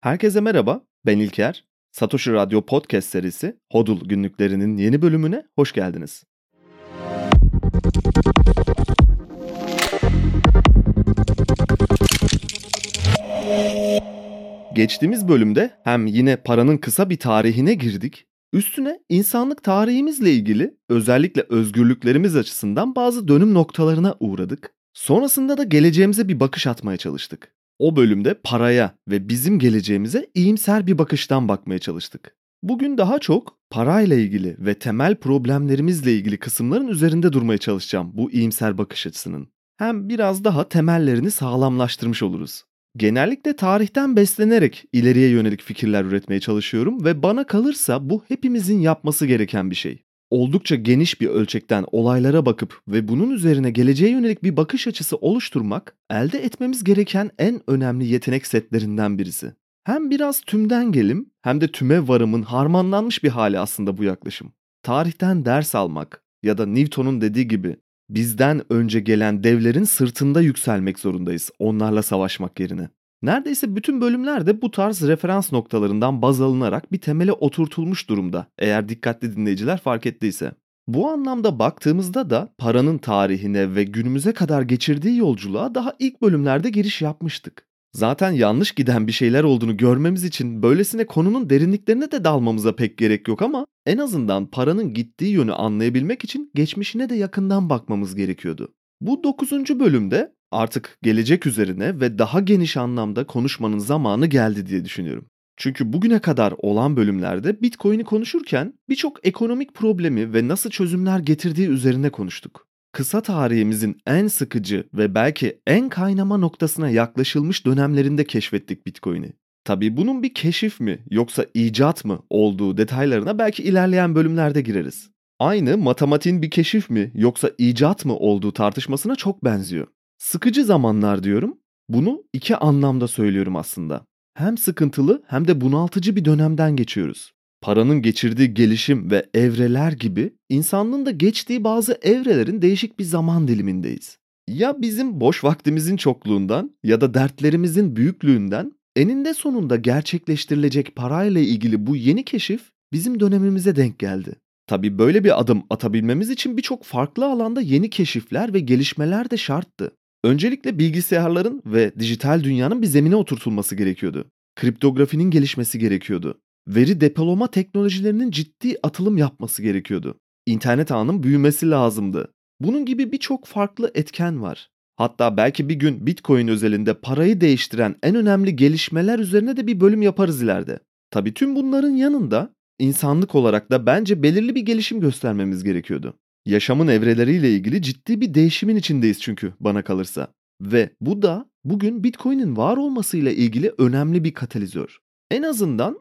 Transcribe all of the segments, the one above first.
Herkese merhaba, ben İlker. Satoshi Radyo Podcast serisi HODL günlüklerinin yeni bölümüne hoş geldiniz. Geçtiğimiz bölümde hem yine paranın kısa bir tarihine girdik, üstüne insanlık tarihimizle ilgili özellikle özgürlüklerimiz açısından bazı dönüm noktalarına uğradık. Sonrasında da geleceğimize bir bakış atmaya çalıştık. O bölümde paraya ve bizim geleceğimize iyimser bir bakıştan bakmaya çalıştık. Bugün daha çok parayla ilgili ve temel problemlerimizle ilgili kısımların üzerinde durmaya çalışacağım bu iyimser bakış açısının. Hem biraz daha temellerini sağlamlaştırmış oluruz. Genellikle tarihten beslenerek ileriye yönelik fikirler üretmeye çalışıyorum ve bana kalırsa bu hepimizin yapması gereken bir şey. Oldukça geniş bir ölçekten olaylara bakıp ve bunun üzerine geleceğe yönelik bir bakış açısı oluşturmak elde etmemiz gereken en önemli yetenek setlerinden birisi. Hem biraz tümden gelim hem de tüme varımın harmanlanmış bir hali aslında bu yaklaşım. Tarihten ders almak ya da Newton'un dediği gibi bizden önce gelen devlerin sırtında yükselmek zorundayız onlarla savaşmak yerine. Neredeyse bütün bölümlerde bu tarz referans noktalarından baz alınarak bir temele oturtulmuş durumda eğer dikkatli dinleyiciler fark ettiyse. Bu anlamda baktığımızda da paranın tarihine ve günümüze kadar geçirdiği yolculuğa daha ilk bölümlerde giriş yapmıştık. Zaten yanlış giden bir şeyler olduğunu görmemiz için böylesine konunun derinliklerine de dalmamıza pek gerek yok ama en azından paranın gittiği yönü anlayabilmek için geçmişine de yakından bakmamız gerekiyordu. Bu 9. bölümde artık gelecek üzerine ve daha geniş anlamda konuşmanın zamanı geldi diye düşünüyorum. Çünkü bugüne kadar olan bölümlerde Bitcoin'i konuşurken birçok ekonomik problemi ve nasıl çözümler getirdiği üzerine konuştuk. Kısa tarihimizin en sıkıcı ve belki en kaynama noktasına yaklaşılmış dönemlerinde keşfettik Bitcoin'i. Tabii bunun bir keşif mi yoksa icat mı olduğu detaylarına belki ilerleyen bölümlerde gireriz. Aynı matematiğin bir keşif mi yoksa icat mı olduğu tartışmasına çok benziyor. Sıkıcı zamanlar diyorum. Bunu iki anlamda söylüyorum aslında. Hem sıkıntılı hem de bunaltıcı bir dönemden geçiyoruz. Paranın geçirdiği gelişim ve evreler gibi insanlığın da geçtiği bazı evrelerin değişik bir zaman dilimindeyiz. Ya bizim boş vaktimizin çokluğundan ya da dertlerimizin büyüklüğünden eninde sonunda gerçekleştirilecek parayla ilgili bu yeni keşif bizim dönemimize denk geldi. Tabii böyle bir adım atabilmemiz için birçok farklı alanda yeni keşifler ve gelişmeler de şarttı. Öncelikle bilgisayarların ve dijital dünyanın bir zemine oturtulması gerekiyordu. Kriptografinin gelişmesi gerekiyordu. Veri depolama teknolojilerinin ciddi atılım yapması gerekiyordu. İnternet ağının büyümesi lazımdı. Bunun gibi birçok farklı etken var. Hatta belki bir gün Bitcoin özelinde parayı değiştiren en önemli gelişmeler üzerine de bir bölüm yaparız ileride. Tabii tüm bunların yanında insanlık olarak da bence belirli bir gelişim göstermemiz gerekiyordu. Yaşamın evreleriyle ilgili ciddi bir değişimin içindeyiz çünkü bana kalırsa. Ve bu da bugün Bitcoin'in var olmasıyla ilgili önemli bir katalizör. En azından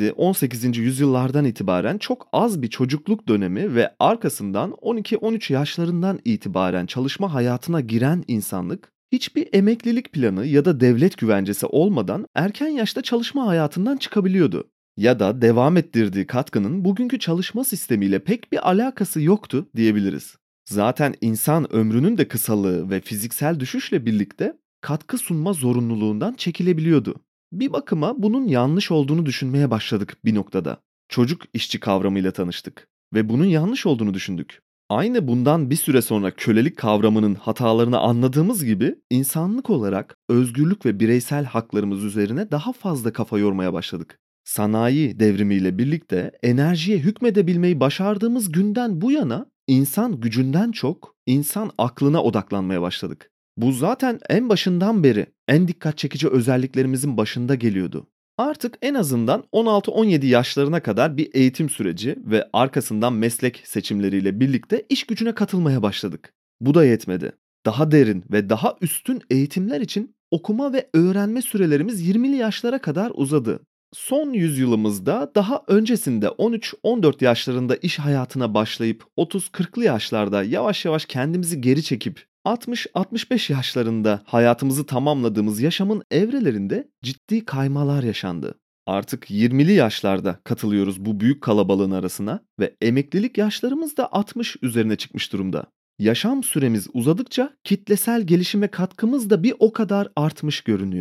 17-18. yüzyıllardan itibaren çok az bir çocukluk dönemi ve arkasından 12-13 yaşlarından itibaren çalışma hayatına giren insanlık, hiçbir emeklilik planı ya da devlet güvencesi olmadan erken yaşta çalışma hayatından çıkabiliyordu. Ya da devam ettirdiği katkının bugünkü çalışma sistemiyle pek bir alakası yoktu diyebiliriz. Zaten insan ömrünün de kısalığı ve fiziksel düşüşle birlikte katkı sunma zorunluluğundan çekilebiliyordu. Bir bakıma bunun yanlış olduğunu düşünmeye başladık bir noktada. Çocuk işçi kavramıyla tanıştık ve bunun yanlış olduğunu düşündük. Aynı bundan bir süre sonra kölelik kavramının hatalarını anladığımız gibi insanlık olarak özgürlük ve bireysel haklarımız üzerine daha fazla kafa yormaya başladık. Sanayi devrimiyle birlikte enerjiye hükmedebilmeyi başardığımız günden bu yana insan gücünden çok insan aklına odaklanmaya başladık. Bu zaten en başından beri en dikkat çekici özelliklerimizin başında geliyordu. Artık en azından 16-17 yaşlarına kadar bir eğitim süreci ve arkasından meslek seçimleriyle birlikte iş gücüne katılmaya başladık. Bu da yetmedi. Daha derin ve daha üstün eğitimler için okuma ve öğrenme sürelerimiz 20'li yaşlara kadar uzadı. Son yüzyılımızda daha öncesinde 13-14 yaşlarında iş hayatına başlayıp 30-40'lı yaşlarda yavaş yavaş kendimizi geri çekip 60-65 yaşlarında hayatımızı tamamladığımız yaşamın evrelerinde ciddi kaymalar yaşandı. Artık 20'li yaşlarda katılıyoruz bu büyük kalabalığın arasına ve emeklilik yaşlarımız da 60 üzerine çıkmış durumda. Yaşam süremiz uzadıkça kitlesel gelişime katkımız da bir o kadar artmış görünüyor.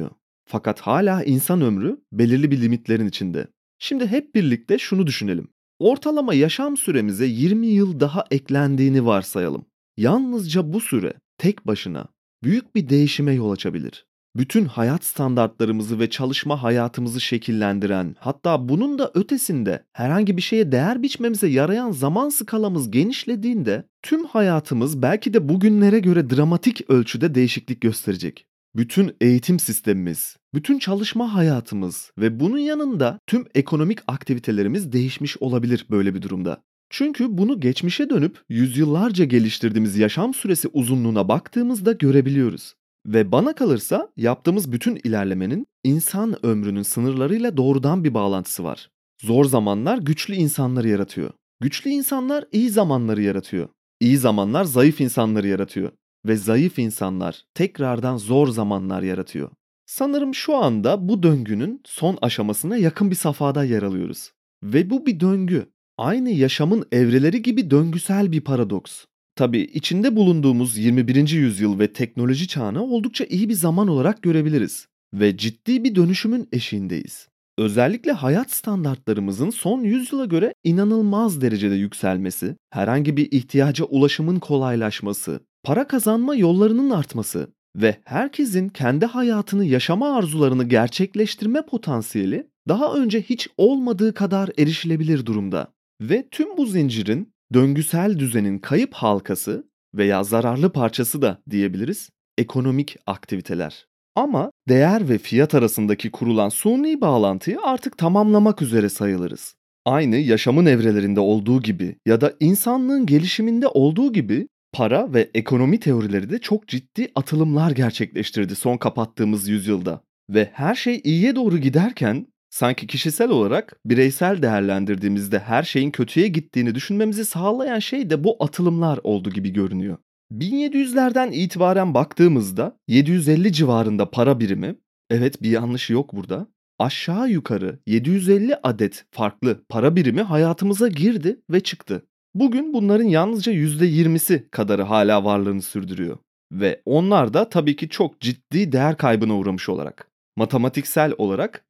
Fakat hala insan ömrü belirli bir limitlerin içinde. Şimdi hep birlikte şunu düşünelim. Ortalama yaşam süremize 20 yıl daha eklendiğini varsayalım. Yalnızca bu süre tek başına büyük bir değişime yol açabilir. Bütün hayat standartlarımızı ve çalışma hayatımızı şekillendiren, hatta bunun da ötesinde herhangi bir şeye değer biçmemize yarayan zaman skalamız genişlediğinde tüm hayatımız belki de bugünlere göre dramatik ölçüde değişiklik gösterecek. Bütün eğitim sistemimiz, bütün çalışma hayatımız ve bunun yanında tüm ekonomik aktivitelerimiz değişmiş olabilir böyle bir durumda. Çünkü bunu geçmişe dönüp yüzyıllarca geliştirdiğimiz yaşam süresi uzunluğuna baktığımızda görebiliyoruz. Ve bana kalırsa yaptığımız bütün ilerlemenin insan ömrünün sınırlarıyla doğrudan bir bağlantısı var. Zor zamanlar güçlü insanları yaratıyor. Güçlü insanlar iyi zamanları yaratıyor. İyi zamanlar zayıf insanları yaratıyor. Ve zayıf insanlar tekrardan zor zamanlar yaratıyor. Sanırım şu anda bu döngünün son aşamasına yakın bir safhada yer alıyoruz. Ve bu bir döngü. Aynı yaşamın evreleri gibi döngüsel bir paradoks. Tabii içinde bulunduğumuz 21. yüzyıl ve teknoloji çağını oldukça iyi bir zaman olarak görebiliriz. Ve ciddi bir dönüşümün eşiğindeyiz. Özellikle hayat standartlarımızın son yüzyıla göre inanılmaz derecede yükselmesi, herhangi bir ihtiyaca ulaşımın kolaylaşması, para kazanma yollarının artması ve herkesin kendi hayatını yaşama arzularını gerçekleştirme potansiyeli daha önce hiç olmadığı kadar erişilebilir durumda. Ve tüm bu zincirin döngüsel düzenin kayıp halkası veya zararlı parçası da diyebiliriz, ekonomik aktiviteler. Ama değer ve fiyat arasındaki kurulan suni bağlantıyı artık tamamlamak üzere sayılırız. Aynı yaşamın evrelerinde olduğu gibi ya da insanlığın gelişiminde olduğu gibi para ve ekonomi teorileri de çok ciddi atılımlar gerçekleştirdi son kapattığımız yüzyılda. Ve her şey iyiye doğru giderken sanki kişisel olarak bireysel değerlendirdiğimizde her şeyin kötüye gittiğini düşünmemizi sağlayan şey de bu atılımlar oldu gibi görünüyor. 1700'lerden itibaren baktığımızda 750 civarında para birimi, evet bir yanlış yok burada, aşağı yukarı 750 adet farklı para birimi hayatımıza girdi ve çıktı. Bugün bunların yalnızca %20'si kadarı hala varlığını sürdürüyor. Ve onlar da tabii ki çok ciddi değer kaybına uğramış olarak. Matematiksel olarak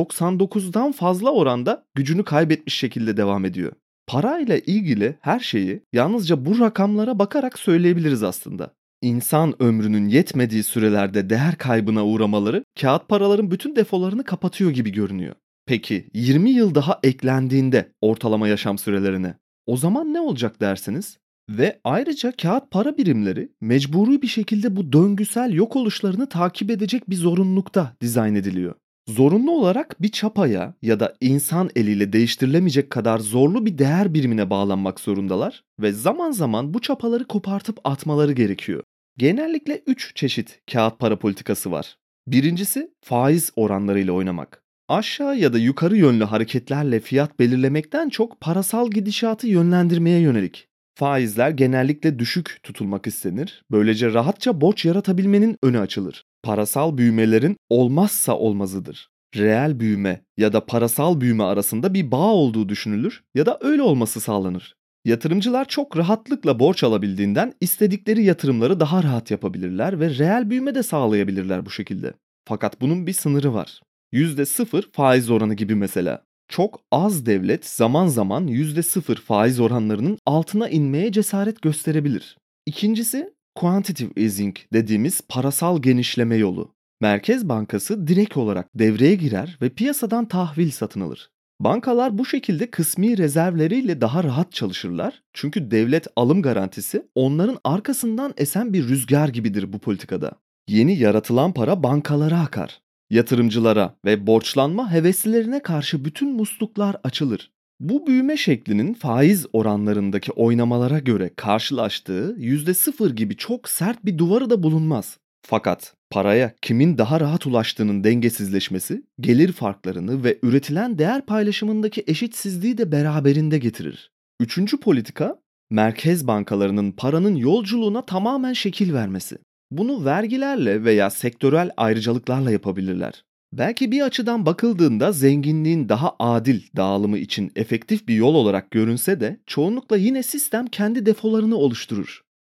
%99'dan fazla oranda gücünü kaybetmiş şekilde devam ediyor. Parayla ilgili her şeyi yalnızca bu rakamlara bakarak söyleyebiliriz aslında. İnsan ömrünün yetmediği sürelerde değer kaybına uğramaları kağıt paraların bütün defolarını kapatıyor gibi görünüyor. Peki 20 yıl daha eklendiğinde ortalama yaşam sürelerine o zaman ne olacak dersiniz? Ve ayrıca kağıt para birimleri mecburi bir şekilde bu döngüsel yok oluşlarını takip edecek bir zorunlulukta dizayn ediliyor. Zorunlu olarak bir çapaya ya da insan eliyle değiştirilemeyecek kadar zorlu bir değer birimine bağlanmak zorundalar ve zaman zaman bu çapaları kopartıp atmaları gerekiyor. Genellikle 3 çeşit kağıt para politikası var. Birincisi faiz oranlarıyla oynamak. Aşağı ya da yukarı yönlü hareketlerle fiyat belirlemekten çok parasal gidişatı yönlendirmeye yönelik. Faizler genellikle düşük tutulmak istenir. Böylece rahatça borç yaratabilmenin önü açılır. Parasal büyümelerin olmazsa olmazıdır. Reel büyüme ya da parasal büyüme arasında bir bağ olduğu düşünülür ya da öyle olması sağlanır. Yatırımcılar çok rahatlıkla borç alabildiğinden istedikleri yatırımları daha rahat yapabilirler ve reel büyüme de sağlayabilirler bu şekilde. Fakat bunun bir sınırı var. %0 faiz oranı gibi mesela. Çok az devlet zaman zaman %0 faiz oranlarının altına inmeye cesaret gösterebilir. İkincisi quantitative easing dediğimiz parasal genişleme yolu. Merkez Bankası direkt olarak devreye girer ve piyasadan tahvil satın alır. Bankalar bu şekilde kısmi rezervleriyle daha rahat çalışırlar. Çünkü devlet alım garantisi onların arkasından esen bir rüzgar gibidir bu politikada. Yeni yaratılan para bankalara akar. Yatırımcılara ve borçlanma heveslilerine karşı bütün musluklar açılır. Bu büyüme şeklinin faiz oranlarındaki oynamalara göre karşılaştığı %0 gibi çok sert bir duvarı da bulunmaz. Fakat paraya kimin daha rahat ulaştığının dengesizleşmesi, gelir farklarını ve üretilen değer paylaşımındaki eşitsizliği de beraberinde getirir. Üçüncü politika, merkez bankalarının paranın yolculuğuna tamamen şekil vermesi. Bunu vergilerle veya sektörel ayrıcalıklarla yapabilirler. Belki bir açıdan bakıldığında zenginliğin daha adil dağılımı için efektif bir yol olarak görünse de çoğunlukla yine sistem kendi defolarını oluşturur.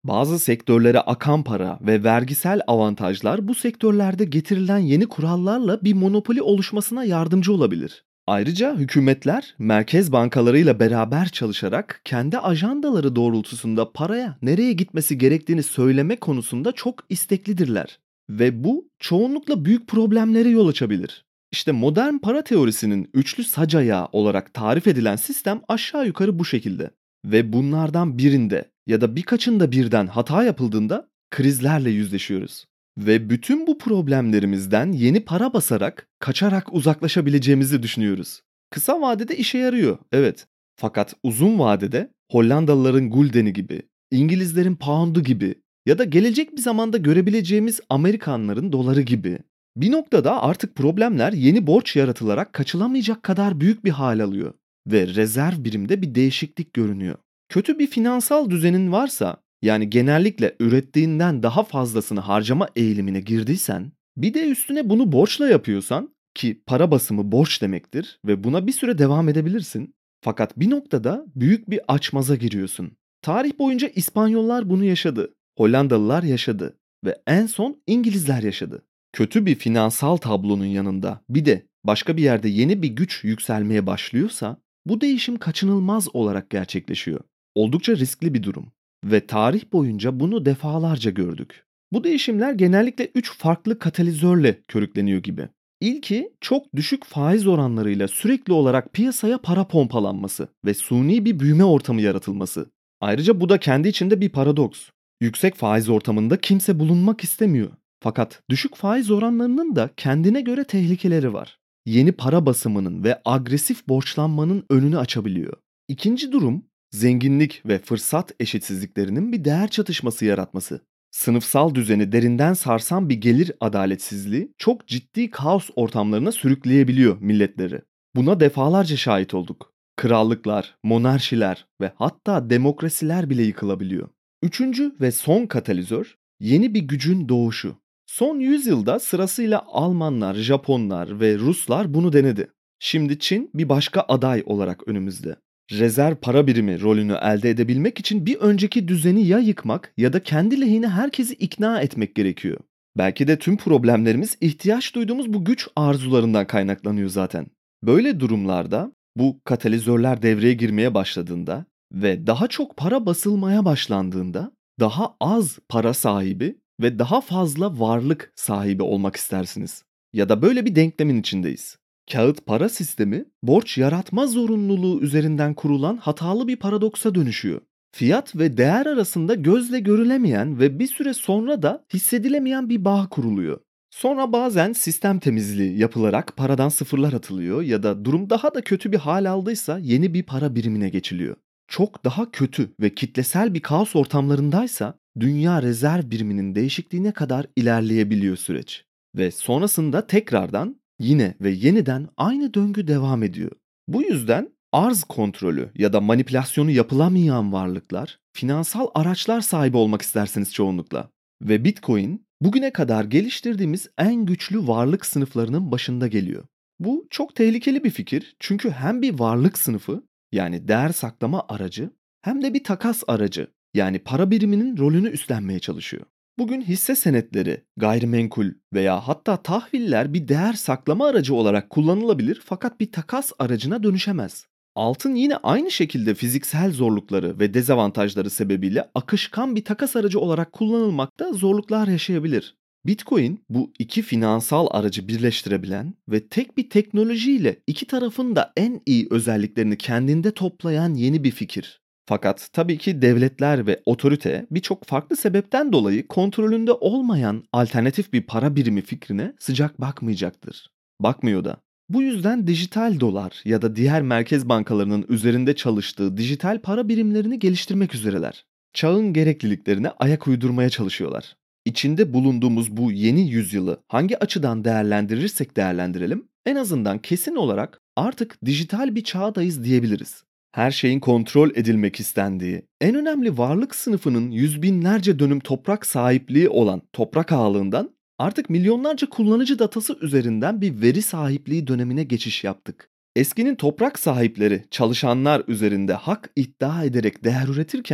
Bazı sektörlere akan para ve vergisel avantajlar bu sektörlerde getirilen yeni kurallarla bir monopoli oluşmasına yardımcı olabilir. Ayrıca hükümetler merkez bankalarıyla beraber çalışarak kendi ajandaları doğrultusunda paraya nereye gitmesi gerektiğini söyleme konusunda çok isteklidirler. Ve bu çoğunlukla büyük problemlere yol açabilir. İşte modern para teorisinin üçlü sac ayağı olarak tarif edilen sistem aşağı yukarı bu şekilde. Ve bunlardan birinde ya da birkaçında birden hata yapıldığında krizlerle yüzleşiyoruz. Ve bütün bu problemlerimizden yeni para basarak, kaçarak uzaklaşabileceğimizi düşünüyoruz. Kısa vadede işe yarıyor, evet. Fakat uzun vadede Hollandalıların Gulden'i gibi, İngilizlerin Pound'u gibi ya da gelecek bir zamanda görebileceğimiz Amerikanların doları gibi bir noktada artık problemler yeni borç yaratılarak kaçılamayacak kadar büyük bir hal alıyor ve rezerv birimde bir değişiklik görünüyor. Kötü bir finansal düzenin varsa, yani genellikle ürettiğinden daha fazlasını harcama eğilimine girdiysen, bir de üstüne bunu borçla yapıyorsan ki para basımı borç demektir ve buna bir süre devam edebilirsin. Fakat bir noktada büyük bir açmaza giriyorsun. Tarih boyunca İspanyollar bunu yaşadı, Hollandalılar yaşadı ve en son İngilizler yaşadı. Kötü bir finansal tablonun yanında bir de başka bir yerde yeni bir güç yükselmeye başlıyorsa bu değişim kaçınılmaz olarak gerçekleşiyor. Oldukça riskli bir durum ve tarih boyunca bunu defalarca gördük. Bu değişimler genellikle 3 farklı katalizörle körükleniyor gibi. İlki çok düşük faiz oranlarıyla sürekli olarak piyasaya para pompalanması ve suni bir büyüme ortamı yaratılması. Ayrıca bu da kendi içinde bir paradoks. Yüksek faiz ortamında kimse bulunmak istemiyor. Fakat düşük faiz oranlarının da kendine göre tehlikeleri var. Yeni para basımının ve agresif borçlanmanın önünü açabiliyor. İkinci durum, zenginlik ve fırsat eşitsizliklerinin bir değer çatışması yaratması. Sınıfsal düzeni derinden sarsan bir gelir adaletsizliği çok ciddi kaos ortamlarına sürükleyebiliyor milletleri. Buna defalarca şahit olduk. Krallıklar, monarşiler ve hatta demokrasiler bile yıkılabiliyor. Üçüncü ve son katalizör, yeni bir gücün doğuşu. Son yüzyılda sırasıyla Almanlar, Japonlar ve Ruslar bunu denedi. Şimdi Çin bir başka aday olarak önümüzde. Rezerv para birimi rolünü elde edebilmek için bir önceki düzeni ya yıkmak ya da kendi lehine herkesi ikna etmek gerekiyor. Belki de tüm problemlerimiz ihtiyaç duyduğumuz bu güç arzularından kaynaklanıyor zaten. Böyle durumlarda bu katalizörler devreye girmeye başladığında ve daha çok para basılmaya başlandığında daha az para sahibi ve daha fazla varlık sahibi olmak istersiniz. Ya da böyle bir denklemin içindeyiz. Kağıt para sistemi borç yaratma zorunluluğu üzerinden kurulan hatalı bir paradoksa dönüşüyor. Fiyat ve değer arasında gözle görülemeyen ve bir süre sonra da hissedilemeyen bir bağ kuruluyor. Sonra bazen sistem temizliği yapılarak paradan sıfırlar atılıyor ya da durum daha da kötü bir hal aldıysa yeni bir para birimine geçiliyor. Çok daha kötü ve kitlesel bir kaos ortamlarındaysa dünya rezerv biriminin değişikliğine kadar ilerleyebiliyor süreç. Ve sonrasında tekrardan yine ve yeniden aynı döngü devam ediyor. Bu yüzden arz kontrolü ya da manipülasyonu yapılamayan varlıklar, finansal araçlar sahibi olmak isterseniz çoğunlukla. Ve Bitcoin bugüne kadar geliştirdiğimiz en güçlü varlık sınıflarının başında geliyor. Bu çok tehlikeli bir fikir çünkü hem bir varlık sınıfı, yani değer saklama aracı, hem de bir takas aracı, yani para biriminin rolünü üstlenmeye çalışıyor. Bugün hisse senetleri, gayrimenkul veya hatta tahviller bir değer saklama aracı olarak kullanılabilir fakat bir takas aracına dönüşemez. Altın yine aynı şekilde fiziksel zorlukları ve dezavantajları sebebiyle akışkan bir takas aracı olarak kullanılmakta zorluklar yaşayabilir. Bitcoin bu iki finansal aracı birleştirebilen ve tek bir teknolojiyle iki tarafın da en iyi özelliklerini kendinde toplayan yeni bir fikir. Fakat tabii ki devletler ve otorite birçok farklı sebepten dolayı kontrolünde olmayan alternatif bir para birimi fikrine sıcak bakmayacaktır. Bakmıyor da. Bu yüzden dijital dolar ya da diğer merkez bankalarının üzerinde çalıştığı dijital para birimlerini geliştirmek üzereler. Çağın gerekliliklerine ayak uydurmaya çalışıyorlar. İçinde bulunduğumuz bu yeni yüzyılı hangi açıdan değerlendirirsek değerlendirelim, en azından kesin olarak artık dijital bir çağdayız diyebiliriz. Her şeyin kontrol edilmek istendiği, en önemli varlık sınıfının yüz binlerce dönüm toprak sahipliği olan toprak ağalığından artık milyonlarca kullanıcı datası üzerinden bir veri sahipliği dönemine geçiş yaptık. Eskinin toprak sahipleri çalışanlar üzerinde hak iddia ederek değer üretirken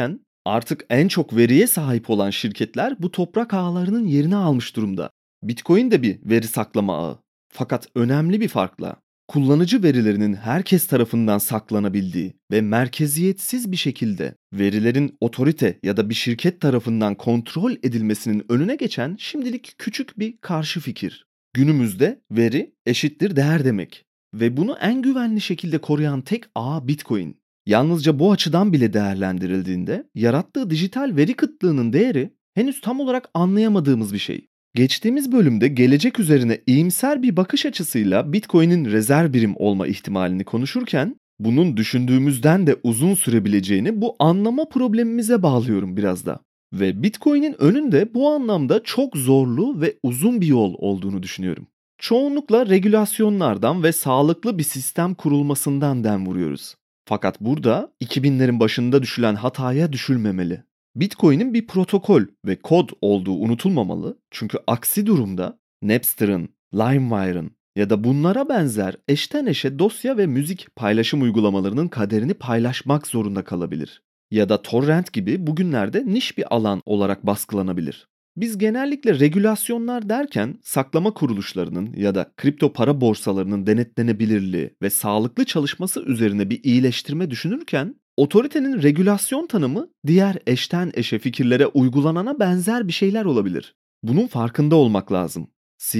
Artık en çok veriye sahip olan şirketler bu toprak ağlarının yerini almış durumda. Bitcoin de bir veri saklama ağı. Fakat önemli bir farkla kullanıcı verilerinin herkes tarafından saklanabildiği ve merkeziyetsiz bir şekilde verilerin otorite ya da bir şirket tarafından kontrol edilmesinin önüne geçen şimdilik küçük bir karşı fikir. Günümüzde veri eşittir değer demek ve bunu en güvenli şekilde koruyan tek ağ Bitcoin. Yalnızca bu açıdan bile değerlendirildiğinde yarattığı dijital veri kıtlığının değeri henüz tam olarak anlayamadığımız bir şey. Geçtiğimiz bölümde gelecek üzerine iyimser bir bakış açısıyla Bitcoin'in rezerv birim olma ihtimalini konuşurken bunun düşündüğümüzden de uzun sürebileceğini bu anlama problemimize bağlıyorum biraz da. Ve Bitcoin'in önünde bu anlamda çok zorlu ve uzun bir yol olduğunu düşünüyorum. Çoğunlukla regülasyonlardan ve sağlıklı bir sistem kurulmasından dem vuruyoruz. Fakat burada 2000'lerin başında düşülen hataya düşülmemeli. Bitcoin'in bir protokol ve kod olduğu unutulmamalı çünkü aksi durumda Napster'ın, LimeWire'ın ya da bunlara benzer eşten eşe dosya ve müzik paylaşım uygulamalarının kaderini paylaşmak zorunda kalabilir. Ya da torrent gibi bugünlerde niş bir alan olarak baskılanabilir. Biz genellikle regülasyonlar derken saklama kuruluşlarının ya da kripto para borsalarının denetlenebilirliği ve sağlıklı çalışması üzerine bir iyileştirme düşünürken otoritenin regülasyon tanımı diğer eşten eşe fikirlere uygulanana benzer bir şeyler olabilir. Bunun farkında olmak lazım.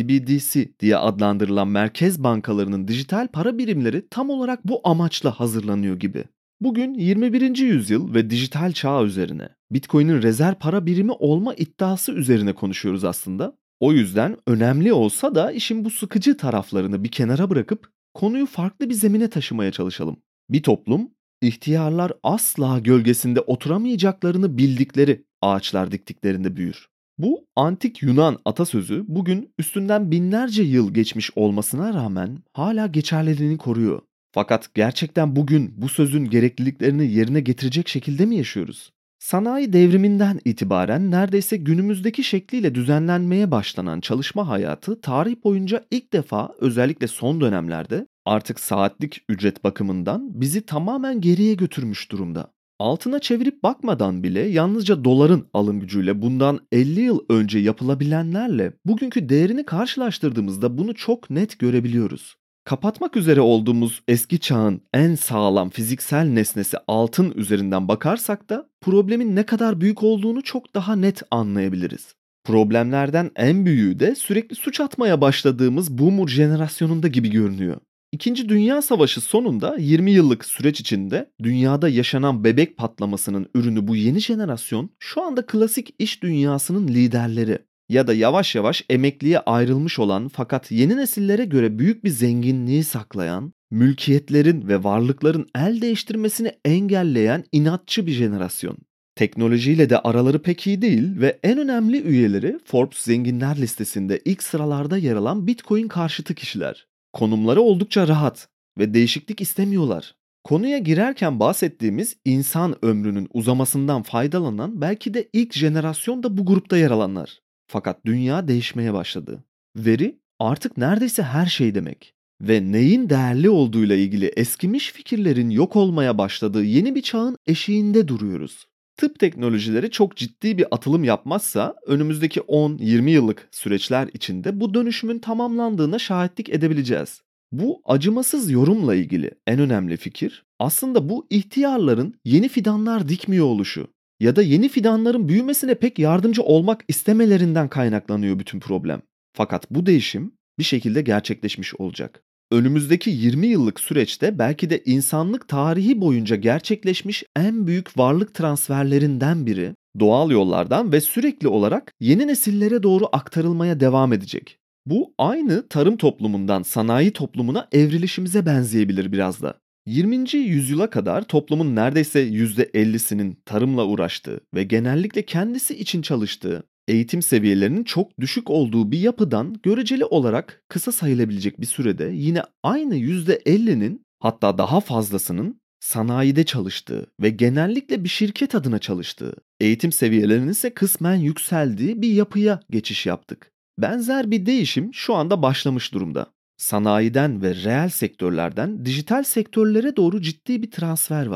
CBDC diye adlandırılan merkez bankalarının dijital para birimleri tam olarak bu amaçla hazırlanıyor gibi. Bugün 21. yüzyıl ve dijital çağ üzerine, Bitcoin'in rezerv para birimi olma iddiası üzerine konuşuyoruz aslında. O yüzden önemli olsa da işin bu sıkıcı taraflarını bir kenara bırakıp konuyu farklı bir zemine taşımaya çalışalım. Bir toplum, ihtiyarlar asla gölgesinde oturamayacaklarını bildikleri ağaçlar diktiklerinde büyür. Bu antik Yunan atasözü bugün üstünden binlerce yıl geçmiş olmasına rağmen hala geçerliliğini koruyor. Fakat gerçekten bugün bu sözün gerekliliklerini yerine getirecek şekilde mi yaşıyoruz? Sanayi devriminden itibaren neredeyse günümüzdeki şekliyle düzenlenmeye başlanan çalışma hayatı tarih boyunca ilk defa özellikle son dönemlerde artık saatlik ücret bakımından bizi tamamen geriye götürmüş durumda. Altına çevirip bakmadan bile yalnızca doların alım gücüyle bundan 50 yıl önce yapılabilenlerle bugünkü değerini karşılaştırdığımızda bunu çok net görebiliyoruz. Kapatmak üzere olduğumuz eski çağın en sağlam fiziksel nesnesi altın üzerinden bakarsak da problemin ne kadar büyük olduğunu çok daha net anlayabiliriz. Problemlerden en büyüğü de sürekli suç atmaya başladığımız boomer jenerasyonunda gibi görünüyor. İkinci Dünya Savaşı sonunda 20 yıllık süreç içinde dünyada yaşanan bebek patlamasının ürünü bu yeni jenerasyon şu anda klasik iş dünyasının liderleri ya da yavaş yavaş emekliye ayrılmış olan fakat yeni nesillere göre büyük bir zenginliği saklayan, mülkiyetlerin ve varlıkların el değiştirmesini engelleyen inatçı bir jenerasyon. Teknolojiyle de araları pek iyi değil ve en önemli üyeleri Forbes zenginler listesinde ilk sıralarda yer alan Bitcoin karşıtı kişiler. Konumları oldukça rahat ve değişiklik istemiyorlar. Konuya girerken bahsettiğimiz insan ömrünün uzamasından faydalanan belki de ilk jenerasyon da bu grupta yer alanlar. Fakat dünya değişmeye başladı. Veri artık neredeyse her şey demek. Ve neyin değerli olduğuyla ilgili eskimiş fikirlerin yok olmaya başladığı yeni bir çağın eşiğinde duruyoruz. Tıp teknolojileri çok ciddi bir atılım yapmazsa önümüzdeki 10-20 yıllık süreçler içinde bu dönüşümün tamamlandığına şahitlik edebileceğiz. Bu acımasız yorumla ilgili en önemli fikir aslında bu ihtiyarların yeni fidanlar dikmiyor oluşu ya da yeni fidanların büyümesine pek yardımcı olmak istemelerinden kaynaklanıyor bütün problem. Fakat bu değişim bir şekilde gerçekleşmiş olacak. Önümüzdeki 20 yıllık süreçte belki de insanlık tarihi boyunca gerçekleşmiş en büyük varlık transferlerinden biri doğal yollardan ve sürekli olarak yeni nesillere doğru aktarılmaya devam edecek. Bu aynı tarım toplumundan sanayi toplumuna evrilişimize benzeyebilir biraz da. 20. yüzyıla kadar toplumun neredeyse %50'sinin tarımla uğraştığı ve genellikle kendisi için çalıştığı, eğitim seviyelerinin çok düşük olduğu bir yapıdan göreceli olarak kısa sayılabilecek bir sürede yine aynı %50'nin hatta daha fazlasının sanayide çalıştığı ve genellikle bir şirket adına çalıştığı, eğitim seviyelerinin ise kısmen yükseldiği bir yapıya geçiş yaptık. Benzer bir değişim şu anda başlamış durumda. Sanayiden ve reel sektörlerden dijital sektörlere doğru ciddi bir transfer var.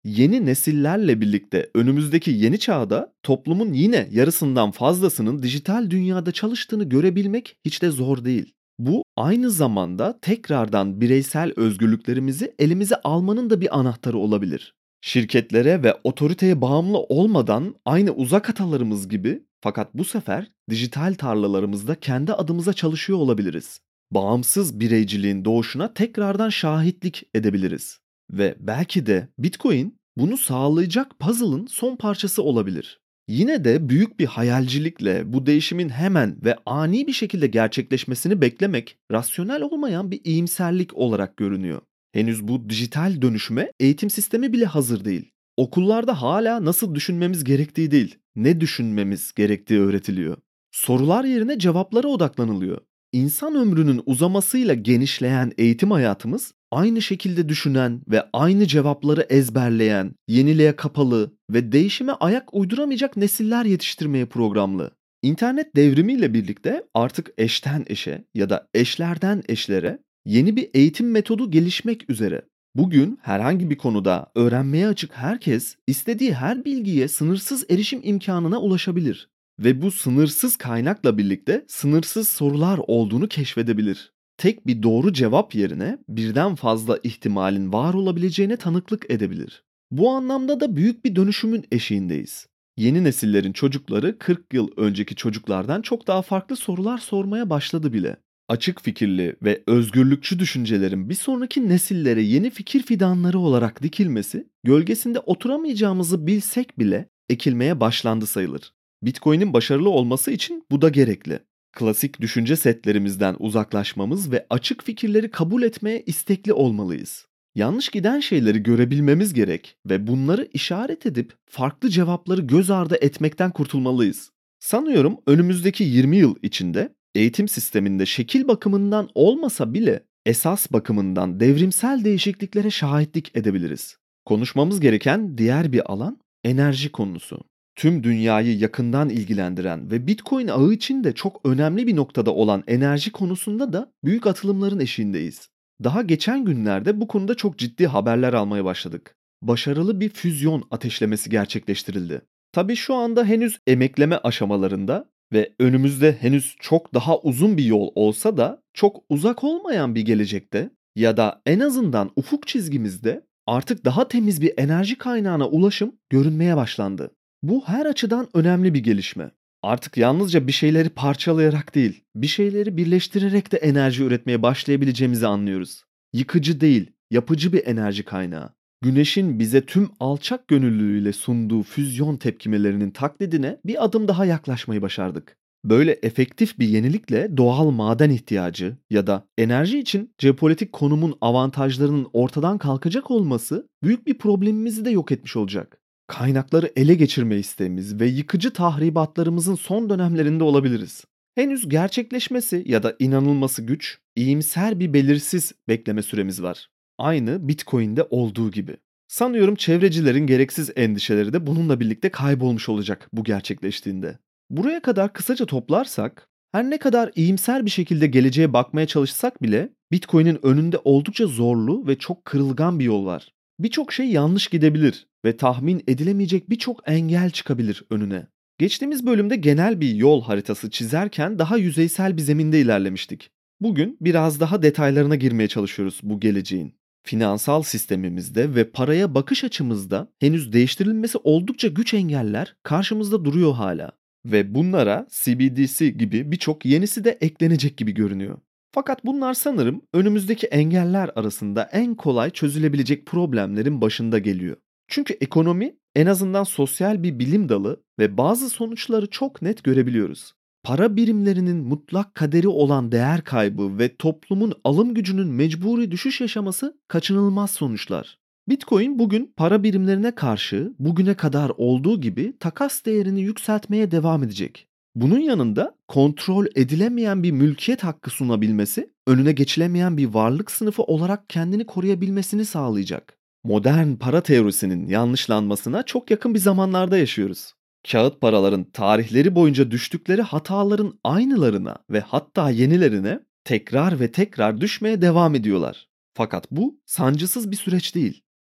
Yeni nesillerle birlikte önümüzdeki yeni çağda toplumun yine yarısından fazlasının dijital dünyada çalıştığını görebilmek hiç de zor değil. Bu aynı zamanda tekrardan bireysel özgürlüklerimizi elimize almanın da bir anahtarı olabilir. Şirketlere ve otoriteye bağımlı olmadan aynı uzak atalarımız gibi fakat bu sefer dijital tarlalarımızda kendi adımıza çalışıyor olabiliriz. Bağımsız bireyciliğin doğuşuna tekrardan şahitlik edebiliriz. Ve belki de Bitcoin bunu sağlayacak puzzle'ın son parçası olabilir. Yine de büyük bir hayalcilikle bu değişimin hemen ve ani bir şekilde gerçekleşmesini beklemek rasyonel olmayan bir iyimserlik olarak görünüyor. Henüz bu dijital dönüşüme eğitim sistemi bile hazır değil. Okullarda hala nasıl düşünmemiz gerektiği değil, ne düşünmemiz gerektiği öğretiliyor. Sorular yerine cevaplara odaklanılıyor. İnsan ömrünün uzamasıyla genişleyen eğitim hayatımız aynı şekilde düşünen ve aynı cevapları ezberleyen, yeniliğe kapalı ve değişime ayak uyduramayacak nesiller yetiştirmeye programlı. İnternet devrimiyle birlikte artık eşten eşe ya da eşlerden eşlere yeni bir eğitim metodu gelişmek üzere. Bugün herhangi bir konuda öğrenmeye açık herkes istediği her bilgiye sınırsız erişim imkanına ulaşabilir ve bu sınırsız kaynakla birlikte sınırsız sorular olduğunu keşfedebilir. Tek bir doğru cevap yerine birden fazla ihtimalin var olabileceğine tanıklık edebilir. Bu anlamda da büyük bir dönüşümün eşiğindeyiz. Yeni nesillerin çocukları 40 yıl önceki çocuklardan çok daha farklı sorular sormaya başladı bile. Açık fikirli ve özgürlükçü düşüncelerin bir sonraki nesillere yeni fikir fidanları olarak dikilmesi, gölgesinde oturamayacağımızı bilsek bile ekilmeye başlandı sayılır. Bitcoin'in başarılı olması için bu da gerekli. Klasik düşünce setlerimizden uzaklaşmamız ve açık fikirleri kabul etmeye istekli olmalıyız. Yanlış giden şeyleri görebilmemiz gerek ve bunları işaret edip farklı cevapları göz ardı etmekten kurtulmalıyız. Sanıyorum önümüzdeki 20 yıl içinde eğitim sisteminde şekil bakımından olmasa bile esas bakımından devrimsel değişikliklere şahitlik edebiliriz. Konuşmamız gereken diğer bir alan enerji konusu. Tüm dünyayı yakından ilgilendiren ve Bitcoin ağı için de çok önemli bir noktada olan enerji konusunda da büyük atılımların eşiğindeyiz. Daha geçen günlerde bu konuda çok ciddi haberler almaya başladık. Başarılı bir füzyon ateşlemesi gerçekleştirildi. Tabii şu anda henüz emekleme aşamalarında ve önümüzde henüz çok daha uzun bir yol olsa da çok uzak olmayan bir gelecekte ya da en azından ufuk çizgimizde artık daha temiz bir enerji kaynağına ulaşım görünmeye başlandı. Bu her açıdan önemli bir gelişme. Artık yalnızca bir şeyleri parçalayarak değil, bir şeyleri birleştirerek de enerji üretmeye başlayabileceğimizi anlıyoruz. Yıkıcı değil, yapıcı bir enerji kaynağı. Güneşin bize tüm alçak gönüllülüğüyle sunduğu füzyon tepkimelerinin taklidine bir adım daha yaklaşmayı başardık. Böyle efektif bir yenilikle doğal maden ihtiyacı ya da enerji için jeopolitik konumun avantajlarının ortadan kalkacak olması büyük bir problemimizi de yok etmiş olacak. Kaynakları ele geçirme isteğimiz ve yıkıcı tahribatlarımızın son dönemlerinde olabiliriz. Henüz gerçekleşmesi ya da inanılması güç, iyimser bir belirsiz bekleme süremiz var. Aynı Bitcoin'de olduğu gibi. Sanıyorum çevrecilerin gereksiz endişeleri de bununla birlikte kaybolmuş olacak bu gerçekleştiğinde. Buraya kadar kısaca toplarsak, her ne kadar iyimser bir şekilde geleceğe bakmaya çalışsak bile Bitcoin'in önünde oldukça zorlu ve çok kırılgan bir yol var. Birçok şey yanlış gidebilir ve tahmin edilemeyecek birçok engel çıkabilir önüne. Geçtiğimiz bölümde genel bir yol haritası çizerken daha yüzeysel bir zeminde ilerlemiştik. Bugün biraz daha detaylarına girmeye çalışıyoruz bu geleceğin. Finansal sistemimizde ve paraya bakış açımızda henüz değiştirilmesi oldukça güç engeller karşımızda duruyor hala. Ve bunlara CBDC gibi birçok yenisi de eklenecek gibi görünüyor. Fakat bunlar sanırım önümüzdeki engeller arasında en kolay çözülebilecek problemlerin başında geliyor. Çünkü ekonomi en azından sosyal bir bilim dalı ve bazı sonuçları çok net görebiliyoruz. Para birimlerinin mutlak kaderi olan değer kaybı ve toplumun alım gücünün mecburi düşüş yaşaması kaçınılmaz sonuçlar. Bitcoin bugün para birimlerine karşı bugüne kadar olduğu gibi takas değerini yükseltmeye devam edecek. Bunun yanında kontrol edilemeyen bir mülkiyet hakkı sunabilmesi, önüne geçilemeyen bir varlık sınıfı olarak kendini koruyabilmesini sağlayacak. Modern para teorisinin yanlışlanmasına çok yakın bir zamanlarda yaşıyoruz. Kağıt paraların tarihleri boyunca düştükleri hataların aynılarına ve hatta yenilerine tekrar ve tekrar düşmeye devam ediyorlar. Fakat bu sancısız bir süreç değil.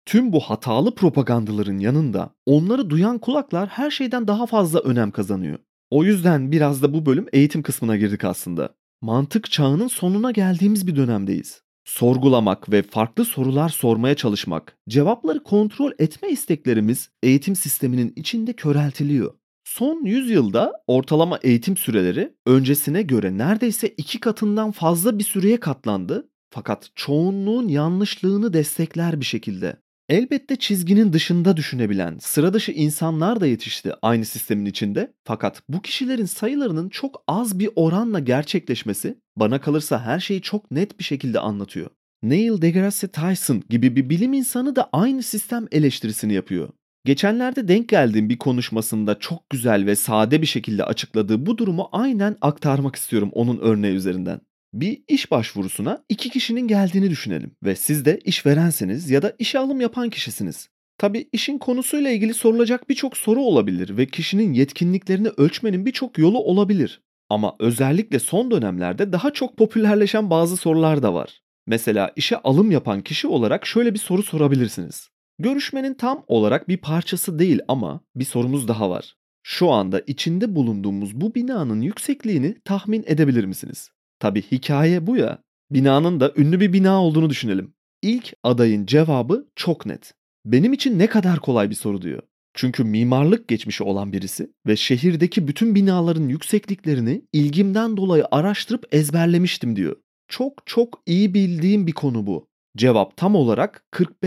Tüm bu hatalı propagandaların yanında onları duyan kulaklar her şeyden daha fazla önem kazanıyor. O yüzden biraz da bu bölüm eğitim kısmına girdik aslında. Mantık çağının sonuna geldiğimiz bir dönemdeyiz. Sorgulamak ve farklı sorular sormaya çalışmak, cevapları kontrol etme isteklerimiz eğitim sisteminin içinde köreltiliyor. Son 100 yılda ortalama eğitim süreleri öncesine göre neredeyse 2 katından fazla bir süreye katlandı, fakat çoğunluğun yanlışlığını destekler bir şekilde. Elbette çizginin dışında düşünebilen sıra dışı insanlar da yetişti aynı sistemin içinde, fakat bu kişilerin sayılarının çok az bir oranla gerçekleşmesi bana kalırsa her şeyi çok net bir şekilde anlatıyor. Neil deGrasse Tyson gibi bir bilim insanı da aynı sistem eleştirisini yapıyor. Geçenlerde denk geldiğim bir konuşmasında çok güzel ve sade bir şekilde açıkladığı bu durumu aynen aktarmak istiyorum onun örneği üzerinden. Bir iş başvurusuna 2 kişinin geldiğini düşünelim ve siz de işverensiniz ya da işe alım yapan kişisiniz. Tabii işin konusuyla ilgili sorulacak birçok soru olabilir ve kişinin yetkinliklerini ölçmenin birçok yolu olabilir. Ama özellikle son dönemlerde daha çok popülerleşen bazı sorular da var. Mesela işe alım yapan kişi olarak şöyle bir soru sorabilirsiniz. Görüşmenin tam olarak bir parçası değil ama bir sorumuz daha var. Şu anda içinde bulunduğumuz bu binanın yüksekliğini tahmin edebilir misiniz? Tabii hikaye bu ya. Binanın da ünlü bir bina olduğunu düşünelim. İlk adayın cevabı çok net. Benim için ne kadar kolay bir soru diyor. Çünkü mimarlık geçmişi olan birisi ve şehirdeki bütün binaların yüksekliklerini ilgimden dolayı araştırıp ezberlemiştim diyor. Çok çok iyi bildiğim bir konu bu. Cevap tam olarak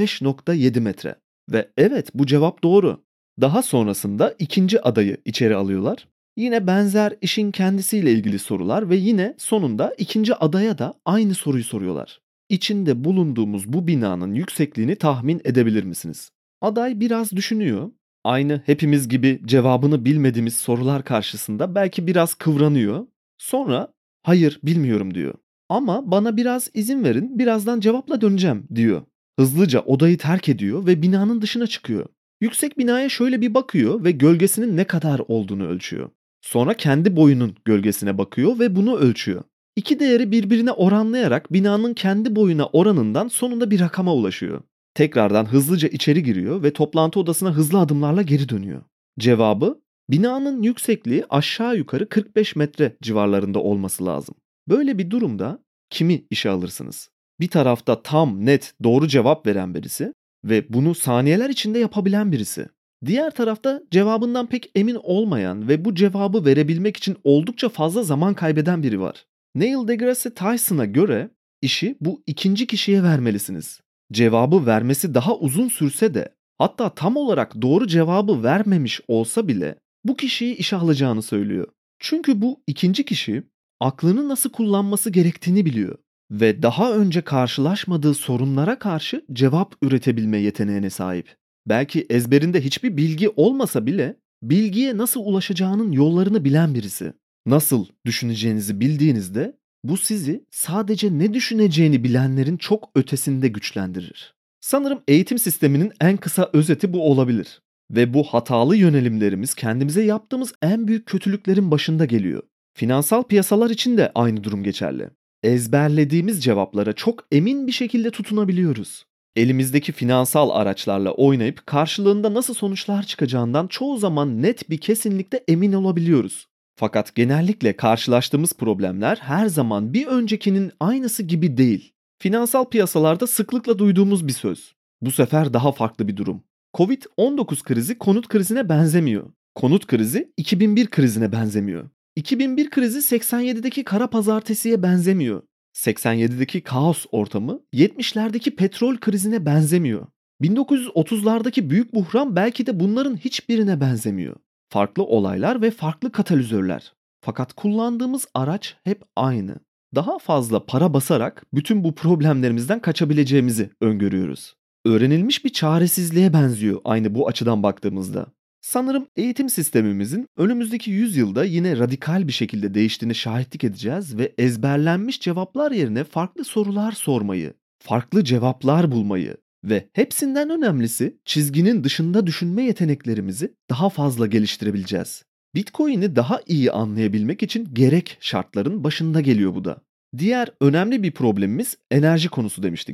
45,7 metre. Ve evet, bu cevap doğru. Daha sonrasında ikinci adayı içeri alıyorlar. Yine benzer işin kendisiyle ilgili sorular ve yine sonunda ikinci adaya da aynı soruyu soruyorlar. İçinde bulunduğumuz bu binanın yüksekliğini tahmin edebilir misiniz? Aday biraz düşünüyor. Aynı hepimiz gibi cevabını bilmediğimiz sorular karşısında belki biraz kıvranıyor. Sonra hayır bilmiyorum diyor. Ama bana biraz izin verin, birazdan cevapla döneceğim diyor. Hızlıca odayı terk ediyor ve binanın dışına çıkıyor. Yüksek binaya şöyle bir bakıyor ve gölgesinin ne kadar olduğunu ölçüyor. Sonra kendi boyunun gölgesine bakıyor ve bunu ölçüyor. İki değeri birbirine oranlayarak binanın kendi boyuna oranından sonunda bir rakama ulaşıyor. Tekrardan hızlıca içeri giriyor ve toplantı odasına hızlı adımlarla geri dönüyor. Cevabı, binanın yüksekliği aşağı yukarı 45 metre civarlarında olması lazım. Böyle bir durumda kimi işe alırsınız? Bir tarafta tam, net, doğru cevap veren birisi ve bunu saniyeler içinde yapabilen birisi. Diğer tarafta cevabından pek emin olmayan ve bu cevabı verebilmek için oldukça fazla zaman kaybeden biri var. Neil deGrasse Tyson'a göre işi bu ikinci kişiye vermelisiniz. Cevabı vermesi daha uzun sürse de, hatta tam olarak doğru cevabı vermemiş olsa bile bu kişiyi işe alacağını söylüyor. Çünkü bu ikinci kişi aklını nasıl kullanması gerektiğini biliyor ve daha önce karşılaşmadığı sorunlara karşı cevap üretebilme yeteneğine sahip. Belki ezberinde hiçbir bilgi olmasa bile bilgiye nasıl ulaşacağının yollarını bilen birisi. Nasıl düşüneceğinizi bildiğinizde bu sizi sadece ne düşüneceğini bilenlerin çok ötesinde güçlendirir. Sanırım eğitim sisteminin en kısa özeti bu olabilir. Ve bu hatalı yönelimlerimiz kendimize yaptığımız en büyük kötülüklerin başında geliyor. Finansal piyasalar için de aynı durum geçerli. Ezberlediğimiz cevaplara çok emin bir şekilde tutunabiliyoruz. Elimizdeki finansal araçlarla oynayıp karşılığında nasıl sonuçlar çıkacağından çoğu zaman net bir kesinlikle emin olabiliyoruz. Fakat genellikle karşılaştığımız problemler her zaman bir öncekinin aynısı gibi değil. Finansal piyasalarda sıklıkla duyduğumuz bir söz. Bu sefer daha farklı bir durum. Covid-19 krizi konut krizine benzemiyor. Konut krizi 2001 krizine benzemiyor. 2001 krizi 87'deki kara pazartesiye benzemiyor. 87'deki kaos ortamı 70'lerdeki petrol krizine benzemiyor. 1930'lardaki büyük buhran belki de bunların hiçbirine benzemiyor. Farklı olaylar ve farklı katalizörler. Fakat kullandığımız araç hep aynı. Daha fazla para basarak bütün bu problemlerimizden kaçabileceğimizi öngörüyoruz. Öğrenilmiş bir çaresizliğe benziyor aynı bu açıdan baktığımızda. Sanırım eğitim sistemimizin önümüzdeki 100 yılda yine radikal bir şekilde değiştiğine şahitlik edeceğiz ve ezberlenmiş cevaplar yerine farklı sorular sormayı, farklı cevaplar bulmayı ve hepsinden önemlisi çizginin dışında düşünme yeteneklerimizi daha fazla geliştirebileceğiz. Bitcoin'i daha iyi anlayabilmek için gerek şartların başında geliyor bu da. Diğer önemli bir problemimiz enerji konusu demiştik.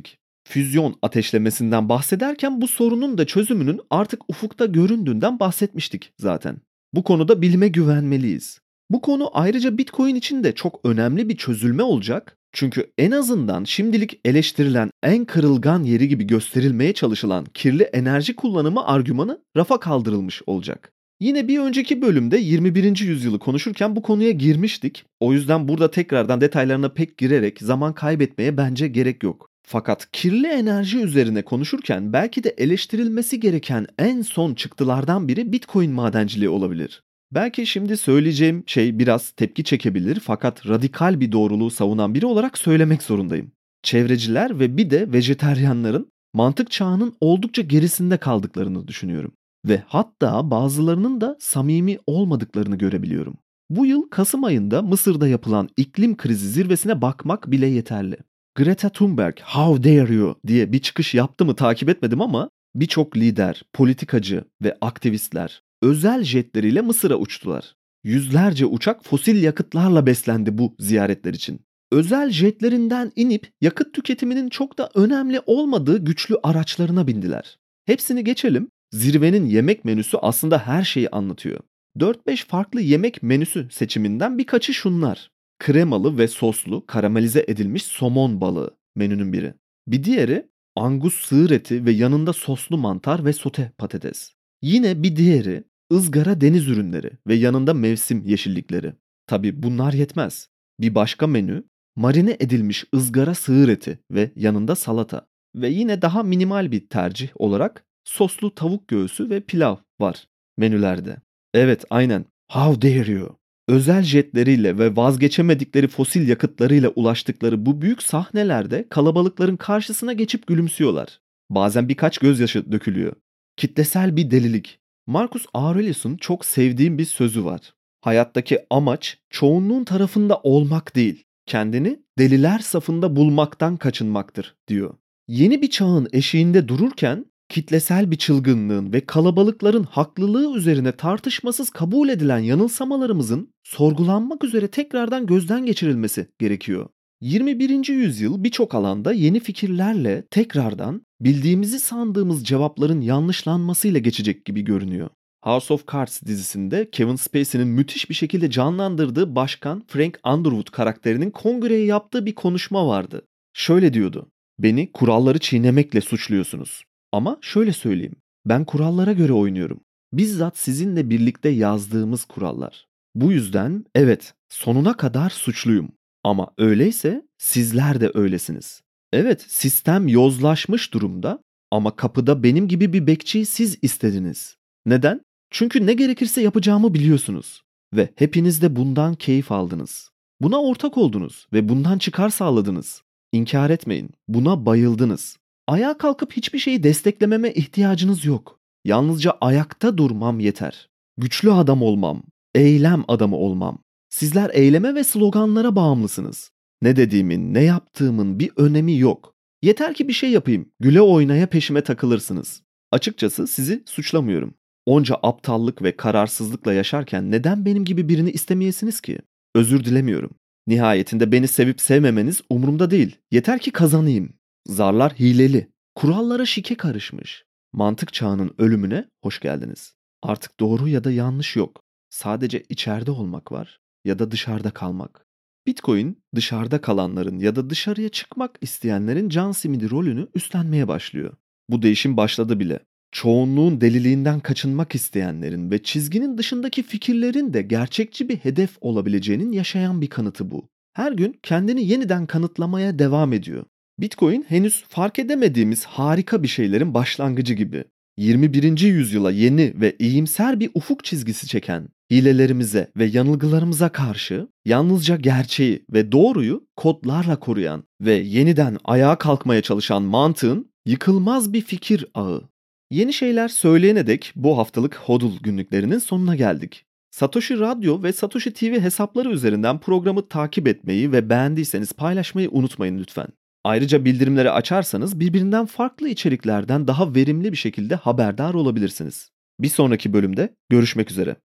füzyon ateşlemesinden bahsederken bu sorunun da çözümünün artık ufukta göründüğünden bahsetmiştik zaten. Bu konuda bilime güvenmeliyiz. Bu konu ayrıca Bitcoin için de çok önemli bir çözülme olacak. Çünkü en azından şimdilik eleştirilen en kırılgan yeri gibi gösterilmeye çalışılan kirli enerji kullanımı argümanı rafa kaldırılmış olacak. Yine bir önceki bölümde 21. yüzyılı konuşurken bu konuya girmiştik. O yüzden burada tekrardan detaylarına pek girerek zaman kaybetmeye bence gerek yok. Fakat kirli enerji üzerine konuşurken belki de eleştirilmesi gereken en son çıktılardan biri Bitcoin madenciliği olabilir. Belki şimdi söyleyeceğim şey biraz tepki çekebilir fakat radikal bir doğruluğu savunan biri olarak söylemek zorundayım. Çevreciler ve bir de vejetaryenlerin mantık çağının oldukça gerisinde kaldıklarını düşünüyorum. Ve hatta bazılarının da samimi olmadıklarını görebiliyorum. Bu yıl Kasım ayında Mısır'da yapılan iklim krizi zirvesine bakmak bile yeterli. Greta Thunberg, "How dare you" diye bir çıkış yaptı mı takip etmedim ama birçok lider, politikacı ve aktivistler özel jetleriyle Mısır'a uçtular. Yüzlerce uçak fosil yakıtlarla beslendi bu ziyaretler için. Özel jetlerinden inip yakıt tüketiminin çok da önemli olmadığı güçlü araçlarına bindiler. Hepsini geçelim. Zirvenin yemek menüsü aslında her şeyi anlatıyor. 4-5 farklı yemek menüsü seçiminden birkaçı şunlar. Kremalı ve soslu karamelize edilmiş somon balığı menünün biri. Bir diğeri angus sığır eti ve yanında soslu mantar ve sote patates. Yine bir diğeri ızgara deniz ürünleri ve yanında mevsim yeşillikleri. Tabii bunlar yetmez. Bir başka menü marine edilmiş ızgara sığır eti ve yanında salata. Ve yine daha minimal bir tercih olarak soslu tavuk göğsü ve pilav var menülerde. Evet, aynen. How dare you? Özel jetleriyle ve vazgeçemedikleri fosil yakıtlarıyla ulaştıkları bu büyük sahnelerde kalabalıkların karşısına geçip gülümsüyorlar. Bazen birkaç gözyaşı dökülüyor. Kitlesel bir delilik. Marcus Aurelius'un çok sevdiğim bir sözü var. Hayattaki amaç çoğunluğun tarafında olmak değil, kendini deliler safında bulmaktan kaçınmaktır diyor. Yeni bir çağın eşiğinde dururken kitlesel bir çılgınlığın ve kalabalıkların haklılığı üzerine tartışmasız kabul edilen yanılsamalarımızın sorgulanmak üzere tekrardan gözden geçirilmesi gerekiyor. 21. yüzyıl birçok alanda yeni fikirlerle tekrardan bildiğimizi sandığımız cevapların yanlışlanmasıyla geçecek gibi görünüyor. House of Cards dizisinde Kevin Spacey'nin müthiş bir şekilde canlandırdığı Başkan Frank Underwood karakterinin kongreye yaptığı bir konuşma vardı. Şöyle diyordu: "Beni kuralları çiğnemekle suçluyorsunuz. Ama şöyle söyleyeyim, ben kurallara göre oynuyorum. Bizzat sizinle birlikte yazdığımız kurallar. Bu yüzden evet, sonuna kadar suçluyum. Ama öyleyse sizler de öylesiniz. Evet, sistem yozlaşmış durumda ama kapıda benim gibi bir bekçiyi siz istediniz. Neden? Çünkü ne gerekirse yapacağımı biliyorsunuz. Ve hepiniz de bundan keyif aldınız. Buna ortak oldunuz ve bundan çıkar sağladınız. İnkar etmeyin, buna bayıldınız. Ayağa kalkıp hiçbir şeyi desteklememe ihtiyacınız yok. Yalnızca ayakta durmam yeter. Güçlü adam olmam, eylem adamı olmam. Sizler eyleme ve sloganlara bağımlısınız. Ne dediğimin, ne yaptığımın bir önemi yok. Yeter ki bir şey yapayım, güle oynaya peşime takılırsınız. Açıkçası sizi suçlamıyorum. Onca aptallık ve kararsızlıkla yaşarken neden benim gibi birini istemeyesiniz ki? Özür dilemiyorum. Nihayetinde beni sevip sevmemeniz umurumda değil. Yeter ki kazanayım. Zarlar hileli. Kurallara şike karışmış. Mantık çağının ölümüne hoş geldiniz. Artık doğru ya da yanlış yok. Sadece içeride olmak var ya da dışarıda kalmak. Bitcoin dışarıda kalanların ya da dışarıya çıkmak isteyenlerin can simidi rolünü üstlenmeye başlıyor. Bu değişim başladı bile. Çoğunluğun deliliğinden kaçınmak isteyenlerin ve çizginin dışındaki fikirlerin de gerçekçi bir hedef olabileceğinin yaşayan bir kanıtı bu. Her gün kendini yeniden kanıtlamaya devam ediyor. Bitcoin henüz fark edemediğimiz harika bir şeylerin başlangıcı gibi. 21. yüzyıla yeni ve iyimser bir ufuk çizgisi çeken, hilelerimize ve yanılgılarımıza karşı yalnızca gerçeği ve doğruyu kodlarla koruyan ve yeniden ayağa kalkmaya çalışan mantığın yıkılmaz bir fikir ağı. Yeni şeyler söyleyene dek bu haftalık HODL günlüklerinin sonuna geldik. Satoshi Radyo ve Satoshi TV hesapları üzerinden programı takip etmeyi ve beğendiyseniz paylaşmayı unutmayın lütfen. Ayrıca bildirimleri açarsanız birbirinden farklı içeriklerden daha verimli bir şekilde haberdar olabilirsiniz. Bir sonraki bölümde görüşmek üzere.